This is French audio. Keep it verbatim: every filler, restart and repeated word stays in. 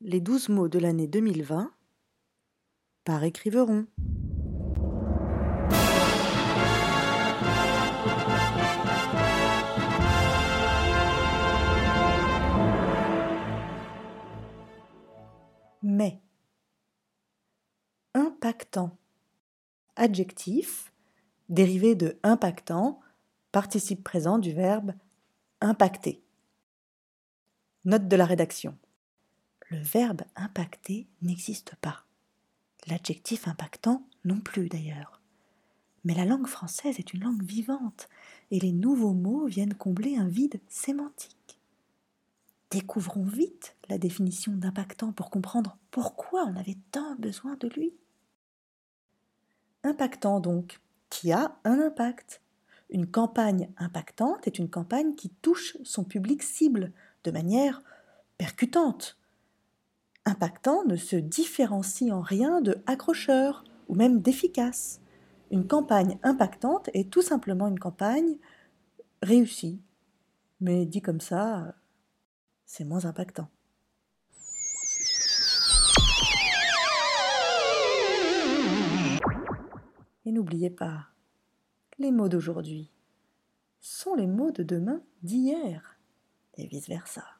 Les douze mots de l'année deux mille vingt par Écriveron. Mais. Impactant. Adjectif, dérivé de impactant, participe présent du verbe impacter. Note de la rédaction. Le verbe impacter n'existe pas. L'adjectif impactant non plus d'ailleurs. Mais la langue française est une langue vivante et les nouveaux mots viennent combler un vide sémantique. Découvrons vite la définition d'impactant pour comprendre pourquoi on avait tant besoin de lui. Impactant donc, qui a un impact. Une campagne impactante est une campagne qui touche son public cible de manière percutante. Impactant ne se différencie en rien de accrocheur ou même d'efficace. Une campagne impactante est tout simplement une campagne réussie. Mais dit comme ça, c'est moins impactant. Et n'oubliez pas, les mots d'aujourd'hui sont les mots de demain d'hier, et vice-versa.